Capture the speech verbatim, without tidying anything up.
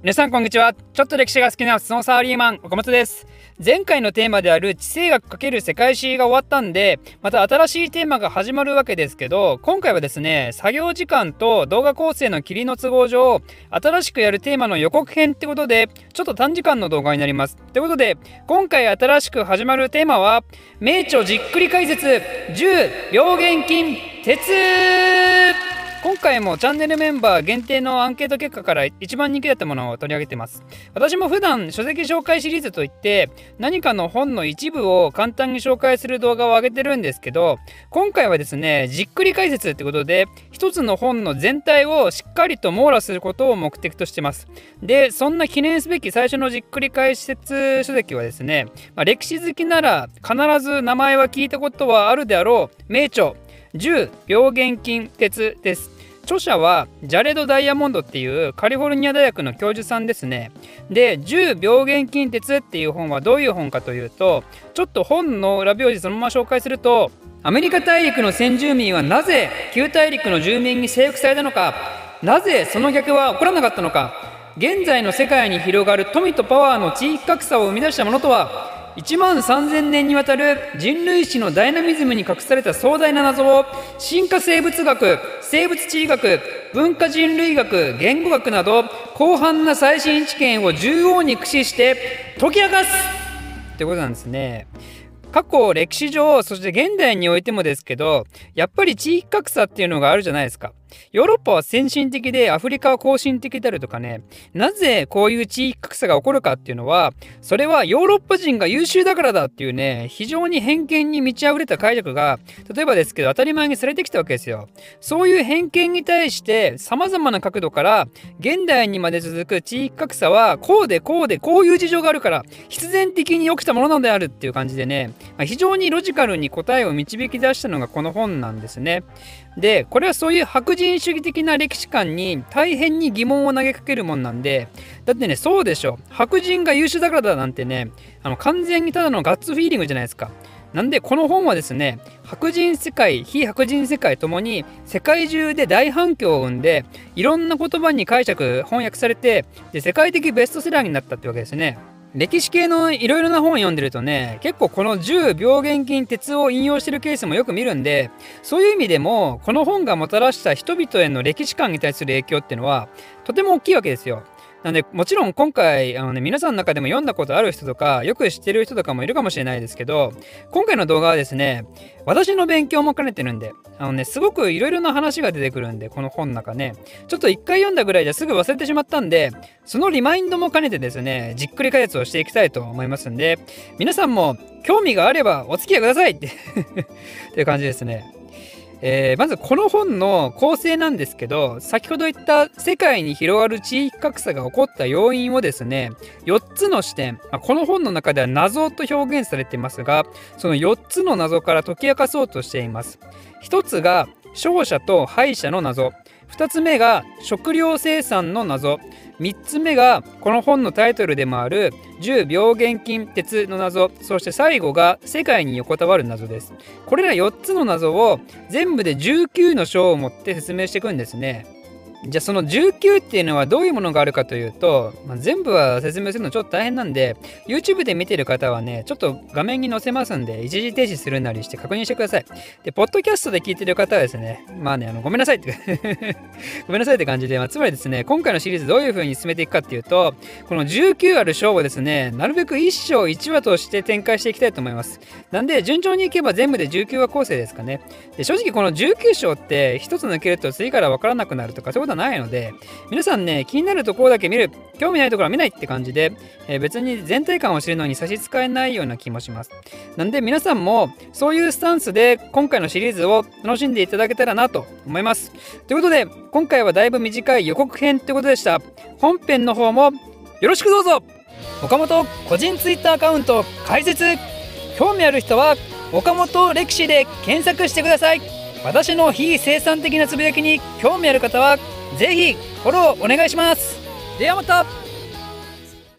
皆さんこんにちは。ちょっと歴史が好きな普通のサラリーマン岡本です。前回のテーマである地政学×世界史が終わったんで、また新しいテーマが始まるわけですけど、今回はですね、作業時間と動画構成の霧の都合上、新しくやるテーマの予告編ってことで、ちょっと短時間の動画になります。ということで、今回新しく始まるテーマは、名著じっくり解説じゅう病原菌鉄。今回もチャンネルメンバー限定のアンケート結果から一番人気だったものを取り上げています。私も普段書籍紹介シリーズといって何かの本の一部を簡単に紹介する動画を上げてるんですけど、今回はですね、じっくり解説ってことで一つの本の全体をしっかりと網羅することを目的としてます。で、そんな記念すべき最初のじっくり解説書籍はですね、まあ、歴史好きなら必ず名前は聞いたことはあるであろう名著じゅう病原菌鉄です。著者はジャレド・ダイヤモンドっていうカリフォルニア大学の教授さんですね。で、じゅう病原菌鉄っていう本はどういう本かというと、ちょっと本の裏表示そのまま紹介すると、アメリカ大陸の先住民はなぜ旧大陸の住民に征服されたのか、なぜその逆は起こらなかったのか、現在の世界に広がる富とパワーの地域格差を生み出したものとは、いちまんさんぜんねんにわたる人類史のダイナミズムに隠された壮大な謎を進化生物学、生物地理学、文化人類学、言語学など広範な最新知見を縦横に駆使して解き明かすってことなんですね。過去歴史上、そして現代においてもですけど、やっぱり地域格差っていうのがあるじゃないですか。ヨーロッパは先進的でアフリカは後進的であるとかね、なぜこういう地域格差が起こるかっていうのは、それはヨーロッパ人が優秀だからだっていうね、非常に偏見に満ち溢れた解釈が、例えばですけど当たり前にされてきたわけですよ。そういう偏見に対して様々な角度から現代にまで続く地域格差はこうでこうでこういう事情があるから必然的に起きたものなのであるっていう感じでね、まあ、非常にロジカルに答えを導き出したのがこの本なんですね。で、これはそういう白人主義的な歴史観に大変に疑問を投げかけるもんなんで、だってね、そうでしょ、白人が優秀だからだなんてね、あの完全にただのガッツフィーリングじゃないですか。なんでこの本はですね、白人世界、非白人世界ともに世界中で大反響を生んで、いろんな言葉に解釈翻訳されて、で世界的ベストセラーになったってわけですね。歴史系のいろいろな本を読んでるとね、結構このじゅう病原菌鉄を引用してるケースもよく見るんで、そういう意味でもこの本がもたらした人々への歴史観に対する影響っていうのはとても大きいわけですよ。なんでもちろん今回あの、ね、皆さんの中でも読んだことある人とかよく知ってる人とかもいるかもしれないですけど、今回の動画はですね、私の勉強も兼ねてるんで、あのね、すごくいろいろな話が出てくるんで、この本の中ね、ちょっと一回読んだぐらいじゃすぐ忘れてしまったんで、そのリマインドも兼ねてですね、じっくり解説をしていきたいと思いますんで、皆さんも興味があればお付き合いくださいってっていう感じですね。えー、まずこの本の構成なんですけど、先ほど言った世界に広がる地域格差が起こった要因をですね、よっつの視点、まあ、この本の中では謎と表現されていますが、そのよっつの謎から解き明かそうとしています。ひとつが勝者と敗者の謎、ふたつめが食料生産の謎、みっつめがこの本のタイトルでもあるじゅう病原菌鉄の謎、そして最後が世界に横たわる謎です。これらよっつの謎を全部でじゅうきゅうの章を持って説明していくんですね。じゃあそのじゅうきゅうっていうのはどういうものがあるかというと、まあ、全部は説明するのちょっと大変なんで YouTube で見てる方はね、ちょっと画面に載せますんで一時停止するなりして確認してください。で、ポッドキャストで聞いてる方はですね、まあね、あのごめんなさいってごめんなさいって感じで、まあ、つまりですね、今回のシリーズどういう風に進めていくかっていうと、このじゅうきゅうある章をですね、なるべくいっ章いちわとして展開していきたいと思います。なんで順調にいけば全部でじゅうきゅうわ構成ですかね。で、正直このじゅうきゅう章って一つ抜けると次から分からなくなるとかそういうことはないので、皆さんね、気になるところだけ見る、興味ないところは見ないって感じで、えー、別に全体感を知るのに差し支えないような気もします。なんで皆さんもそういうスタンスで今回のシリーズを楽しんでいただけたらなと思います。ということで今回はだいぶ短い予告編ってことでした。本編の方もよろしくどうぞ。岡本個人ツイッターアカウント開設。興味ある人は岡本歴史で検索してください。私の非生産的なつぶやきに興味ある方はぜひフォローお願いします。ではまた。